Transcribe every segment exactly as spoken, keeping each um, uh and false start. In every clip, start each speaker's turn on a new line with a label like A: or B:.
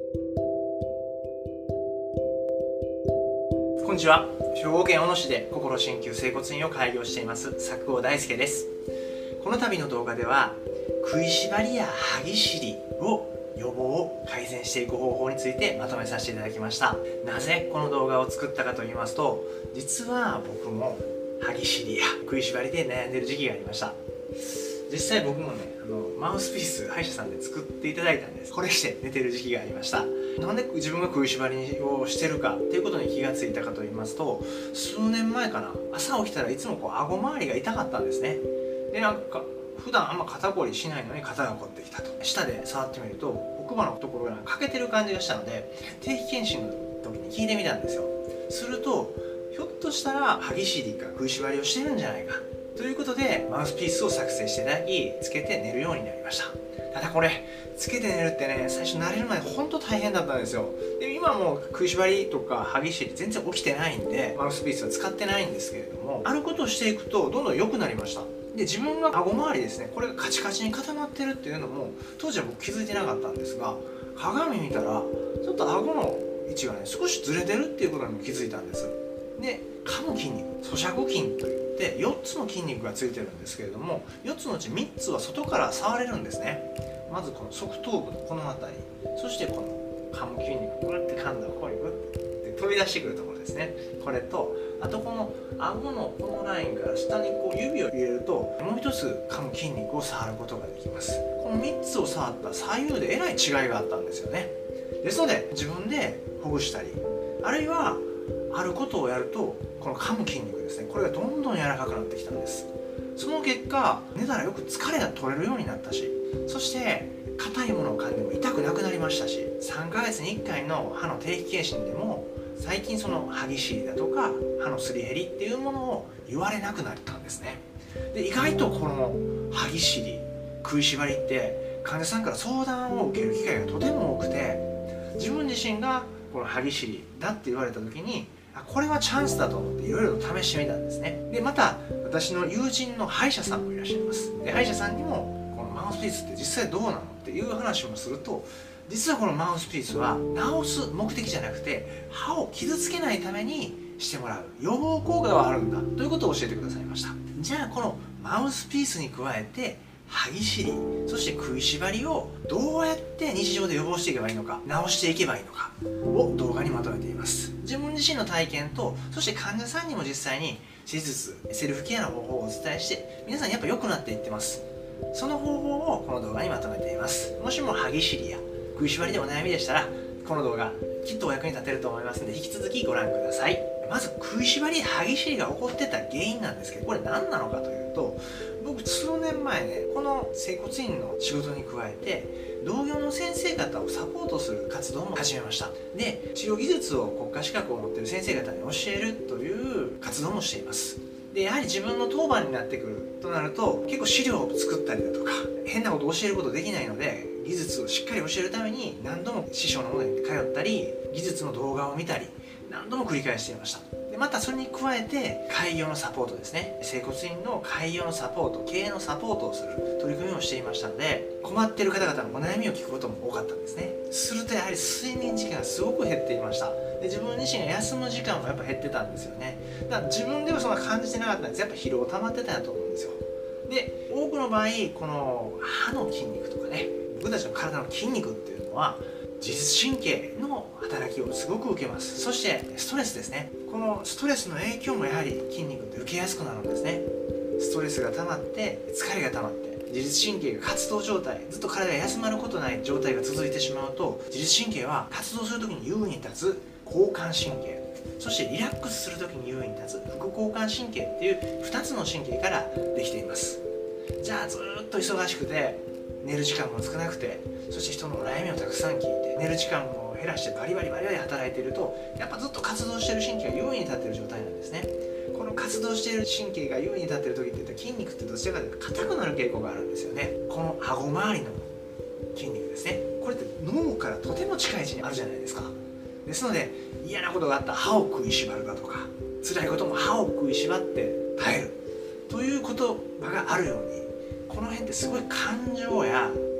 A: こんにちは。兵庫県小野市で心鍼灸整骨院を開業しています佐久尾大輔です。この度の動画では食いしばりや歯ぎしりを予防を改善していく方法についてまとめさせていただきました。なぜこの動画を作ったかと言いますと、実は僕も歯ぎしりや食いしばりで悩んでいる時期がありました。実際僕もね、あのマウスピース歯医者さんで作っていただいたんです。これして寝てる時期がありました。なんで自分が食いしばりをしてるかっていうことに気がついたかと言いますと、数年前かな、朝起きたらいつもこう顎周りが痛かったんですね。で、なんか普段あんま肩こりしないのに肩が凝ってきたと。舌で触ってみると奥歯のところが欠けてる感じがしたので、定期検診の時に聞いてみたんですよ。すると、ひょっとしたら歯ぎしりか食いしばりをしてるんじゃないかということで、マウスピースを作成していただき、つけて寝るようになりました。ただこれ、つけて寝るってね、最初慣れるまで本当大変だったんですよ。で、今もう食いしばりとか歯ぎしり全然起きてないんで、マウスピースは使ってないんですけれども、あることをしていくとどんどん良くなりました。で、自分が顎周りですね、これがカチカチに固まってるっていうのも、当時は僕気づいてなかったんですが、鏡見たら、ちょっと顎の位置がね、少しずれてるっていうことにも気づいたんです。で、噛む筋肉、咀嚼筋といってよっつの筋肉がついてるんですけれども、よっつのうちみっつは外から触れるんですね。まずこの側頭部のこの辺り、そしてこの噛む筋肉、グッて噛んだらここにグッて飛び出してくるところですね。これと、あとこの顎のこのラインから下にこう指を入れると、もう一つ噛む筋肉を触ることができます。このみっつを触った左右でえらい違いがあったんですよね。ですので自分でほぐしたり、あるいはあることをやると、この噛む筋肉ですね、これがどんどん柔らかくなってきたんです。その結果、寝たらよく疲れが取れるようになったし、そして硬いものを噛んでも痛くなくなりましたし、さんかげつにいっかいの歯の定期検診でも最近その歯ぎしりだとか歯のすり減りっていうものを言われなくなったんですね。で、意外とこの歯ぎしり、食いしばりって患者さんから相談を受ける機会がとても多くて、自分自身がこの歯ぎしりだって言われた時に、これはチャンスだと思っていろいろと試してみたんですね。で、また私の友人の歯医者さんもいらっしゃいます。で、歯医者さんにもこのマウスピースって実際どうなのっていう話もすると、実はこのマウスピースは治す目的じゃなくて、歯を傷つけないためにしてもらう予防効果があるんだということを教えてくださいました。じゃあこのマウスピースに加えて歯ぎしり、そして食いしばりをどうやって日常で予防していけばいいのか、治していけばいいのかを動画にまとめています。自分自身の体験と、そして患者さんにも実際に施術、セルフケアの方法をお伝えして、皆さんやっぱ良くなっていってます。その方法をこの動画にまとめています。もしも歯ぎしりや食いしばりでお悩みでしたら、この動画きっとお役に立てると思いますので、引き続きご覧ください。まず食いしばり、歯ぎしりが起こってた原因なんですけど、これ何なのかというと、僕数年前ね、この整骨院の仕事に加えて同業の先生方をサポートする活動も始めました。で、治療技術を国家資格を持っている先生方に教えるという活動もしています。で、やはり自分の当番になってくるとなると、結構資料を作ったりだとか変なことを教えることできないので、技術をしっかり教えるために何度も師匠のもとに通ったり、技術の動画を見たり何度も繰り返していました。で、またそれに加えて開業のサポートですね、整骨院の開業のサポート、経営のサポートをする取り組みをしていましたので、困っている方々のお悩みを聞くことも多かったんですね。するとやはり睡眠時間がすごく減っていました。で、自分自身が休む時間もやっぱ減ってたんですよね。だから自分ではそんな感じてなかったんです。やっぱ疲労溜まってたんだと思うんですよ。で、多くの場合この歯の筋肉とかね、僕たちの体の筋肉っていうのは自律神経の働きをすごく受けます。そしてストレスですね、このストレスの影響もやはり筋肉って受けやすくなるんですね。ストレスが溜まって疲れが溜まって自律神経が活動状態、ずっと体が休まることない状態が続いてしまうと、自律神経は活動するときに優位に立つ交感神経、そしてリラックスするときに優位に立つ副交感神経っていうふたつの神経からできています。じゃあずっと忙しくて寝る時間も少なくて、そして人の悩みをたくさん聞いて寝る時間も減らしてバリバリバリバリ働いていると、やっぱずっと活動している神経が優位に立っている状態なんですね。この活動している神経が優位に立っている時っていったら、筋肉ってどちらかというと硬くなる傾向があるんですよね。この顎周りの筋肉ですね、これって脳からとても近い位置にあるじゃないですか。ですので、嫌なことがあったら歯を食いしばるだとか、辛いことも歯を食いしばって耐えるという言葉があるように、この辺ってすごい感情や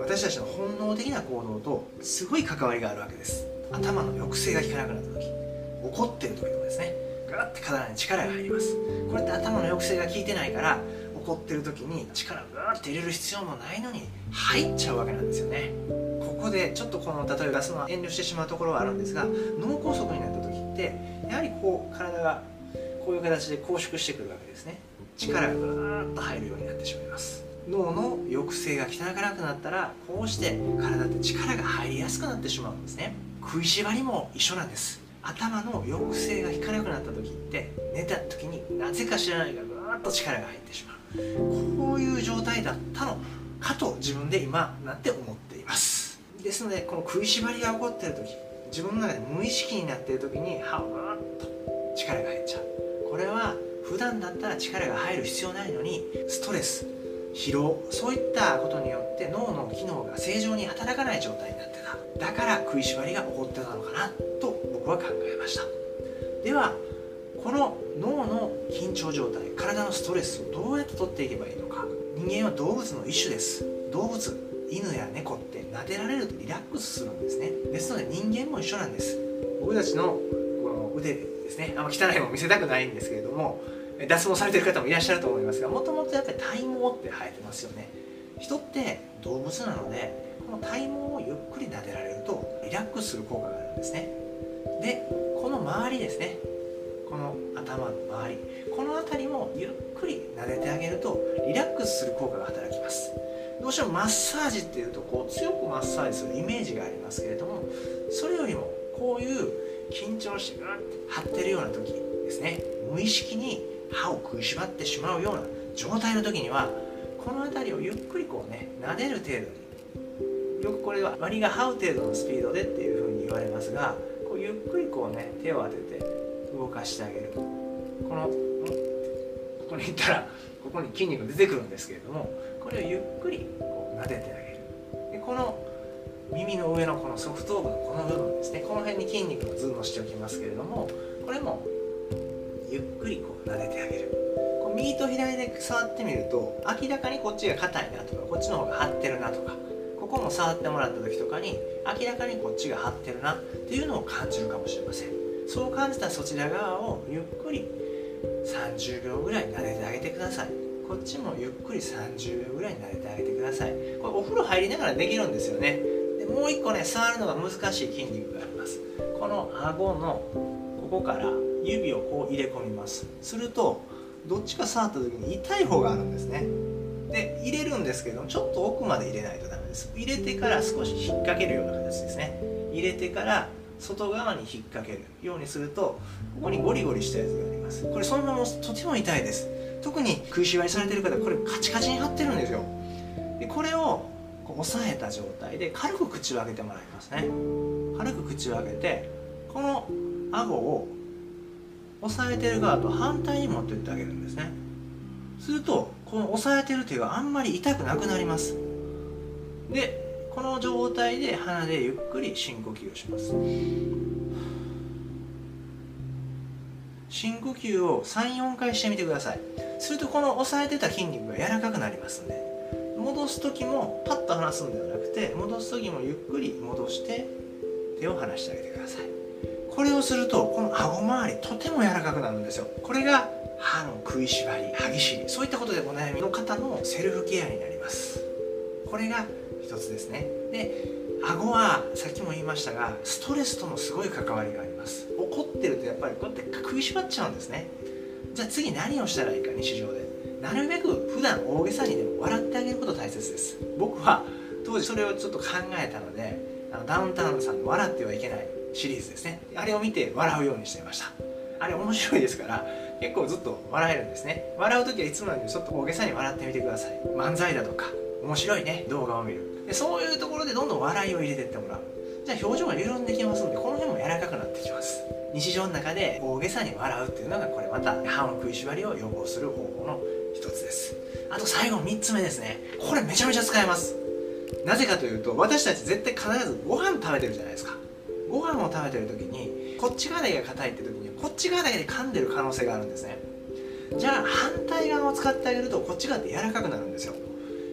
A: 私たちの本能的な行動とすごい関わりがあるわけです。頭の抑制が効かなくなった時、怒ってる時とかですね、ガーって体に力が入ります。これって頭の抑制が効いてないから、怒ってる時に力をガーって入れる必要もないのに入っちゃうわけなんですよね。ここでちょっとこの例えば出すのは遠慮してしまうところはあるんですが、脳梗塞になった時ってやはりこう体がこういう形で拘縮してくるわけですね。力がガーッと入るようになってしまいます。脳の抑制が効かなくなったら、こうして体って力が入りやすくなってしまうんですね。食いしばりも一緒なんです。頭の抑制が効かなくなった時って、寝た時になぜか知らないがガーッと力が入ってしまう、こういう状態だったのかと自分で今なって思っています。ですので、この食いしばりが起こっている時、自分の中で無意識になっている時に歯をガーッと力が入っちゃう。これは普段だったら力が入る必要ないのに、ストレス、疲労、そういったことによって脳の機能が正常に働かない状態になってた。だから食いしばりが起こってたのかなと僕は考えました。ではこの脳の緊張状態、体のストレスをどうやって取っていけばいいのか。人間は動物の一種です。動物、犬や猫って撫でられるとリラックスするんですね。ですので人間も一緒なんです。僕たちのこの腕ですね、あんま汚いもの見せたくないんですけれども、脱毛されてる方もいらっしゃると思いますが、もともとやっぱり体毛って生えてますよね。人って動物なので、この体毛をゆっくり撫でられるとリラックスする効果があるんですね。で、この周りですね、この頭の周り、この辺りもゆっくり撫でてあげるとリラックスする効果が働きます。どうしてもマッサージっていうとこう強くマッサージするイメージがありますけれども、それよりもこういう緊張してガーって張ってるような時ですね、無意識に歯を食いしばってしまうような状態の時には、この辺りをゆっくりこうね、撫でる程度に、よくこれはワニが這う程度のスピードでっていうふうに言われますが、こうゆっくりこうね、手を当てて動かしてあげる。このここにいったらここに筋肉が出てくるんですけれども、これをゆっくりこう撫でてあげる。で、この耳の上のこの側頭部のこの部分ですね、この辺に筋肉をズンのしておきますけれども、これもゆっくりこう撫でてあげる。こう右と左で触ってみると、明らかにこっちが硬いなとか、こっちの方が張ってるなとか、ここも触ってもらった時とかに明らかにこっちが張ってるなっていうのを感じるかもしれません。そう感じたそちら側をゆっくりさんじゅうびょうぐらい撫でてあげてください。こっちもゆっくりさんじゅうびょうぐらい撫でてあげてください。これお風呂入りながらできるんですよね。で、もう一個ね、触るのが難しい筋肉があります。この顎のここから指をこう入れ込みます。するとどっちか触った時に痛い方があるんですね。で、入れるんですけどちょっと奥まで入れないとダメです。入れてから少し引っ掛けるような形ですね。入れてから外側に引っ掛けるようにすると、ここにゴリゴリしたやつがあります。これそのままとても痛いです。特に食いしばりされてる方、これカチカチに張ってるんですよ。で、これをこう押さえた状態で軽く口を開けてもらいますね。軽く口を開けて、この顎を押さえてる側と反対に持っていってあげるんですね。するとこの押さえてる手があんまり痛くなくなります。で、この状態で鼻でゆっくり深呼吸をします。深呼吸をさん、よんかいしてみてください。するとこの押さえてた筋肉が柔らかくなりますので、戻す時もパッと離すんではなくて、戻す時もゆっくり戻して手を離してあげてください。これをするとこの顎周りとても柔らかくなるんですよ。これが歯の食いしばり、歯ぎしり、そういったことでお悩みの方のセルフケアになります。これが一つですね。で、顎はさっきも言いましたが、ストレスともすごい関わりがあります。怒ってるとやっぱりこうやって食いしばっちゃうんですね。じゃあ次何をしたらいいか、日常でなるべく普段大げさにでも笑ってあげること大切です。僕は当時それをちょっと考えたので、あのダウンタウンさんの笑ってはいけないシリーズですね、あれを見て笑うようにしていました。あれ面白いですから結構ずっと笑えるんですね。笑う時はいつもよりちょっと大げさに笑ってみてください。漫才だとか面白いね動画を見る、でそういうところでどんどん笑いを入れていってもらう。じゃあ表情が緩んできますので、この辺も柔らかくなってきます。日常の中で大げさに笑うっていうのが、これまた歯の食いしばりを予防する方法の一つです。あと最後みっつめですね。これめちゃめちゃ使えます。なぜかというと、私たち絶対必ずご飯食べてるじゃないですか。ご飯を食べてる時にこっち側だけが硬いって時にこっち側だけで噛んでる可能性があるんですね。じゃあ反対側を使ってあげるとこっち側って柔らかくなるんですよ。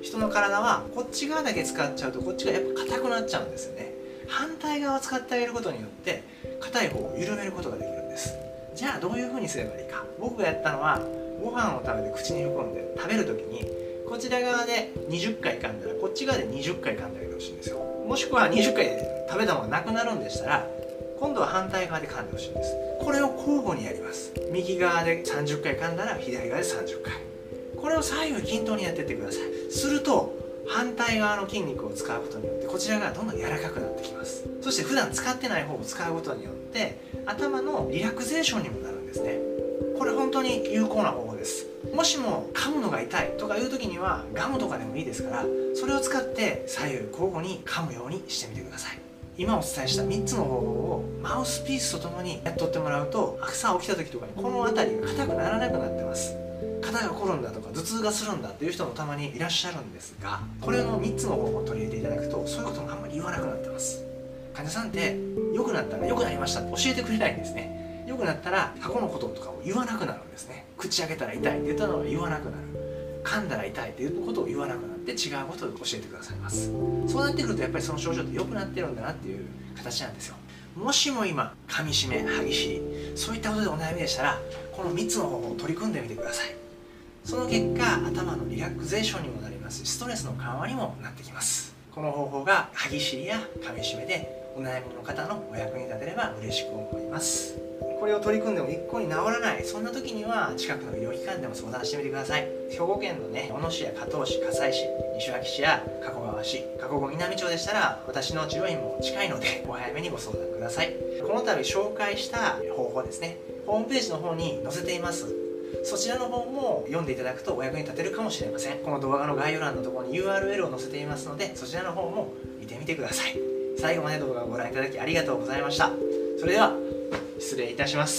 A: 人の体はこっち側だけ使っちゃうとこっちがやっぱ硬くなっちゃうんですよね。反対側を使ってあげることによって硬い方を緩めることができるんです。じゃあどういう風にすればいいか。僕がやったのは、ご飯を食べて口に含んで食べる時にこちら側でにじゅっかい噛んだらこっち側でにじゅっかい噛んであげてほしいんですよ。もしくはにじゅっかいで食べたものがなくなるんでしたら今度は反対側で噛んでほしいんです。これを交互にやります。右側でさんじゅっかい噛んだら左側でさんじゅっかい、これを左右均等にやっていってください。すると反対側の筋肉を使うことによってこちらがどんどん柔らかくなってきます。そして普段使ってない方を使うことによって頭のリラクゼーションにもなるんですね。これ本当に有効な方法です。もしも噛むのが痛いとかいう時にはガムとかでもいいですから、それを使って左右交互に噛むようにしてみてください。今お伝えしたみっつの方法をマウスピースとともにやっとってもらうと、朝起きた時とかにこの辺りが硬くならなくなってます。肩が凝るんだとか頭痛がするんだっていう人もたまにいらっしゃるんですが、これのみっつの方法を取り入れていただくとそういうこともあんまり言わなくなってます。患者さんって良くなったら良くなりましたって教えてくれないんですね。良くなったら過去のこととかを言わなくなるんですね。口開けたら痛いって言ったのを言わなくなる、噛んだら痛いっていうことを言わなくなって違うことを教えてくださいます。そうなってくるとやっぱりその症状って良くなってるんだなっていう形なんですよ。もしも今噛みしめ、歯ぎしり、そういったことでお悩みでしたらこのみっつの方法を取り組んでみてください。その結果頭のリラクゼーションにもなりますし、ストレスの緩和にもなってきます。この方法が歯ぎしりや噛みしめでお悩みの方のお役に立てれば嬉しく思います。これを取り組んでも一向に治らない、そんな時には近くの医療機関でも相談してみてください。兵庫県のね、小野市や加東市、加西市、西脇市や加古川市、加古後南町でしたら私の治療院も近いのでお早めにご相談ください。この度紹介した方法ですね、ホームページの方に載せています。そちらの方も読んでいただくとお役に立てるかもしれません。この動画の概要欄のところに ユーアールエル を載せていますので、そちらの方も見てみてください。最後まで動画をご覧いただきありがとうございました。それでは失礼いたします。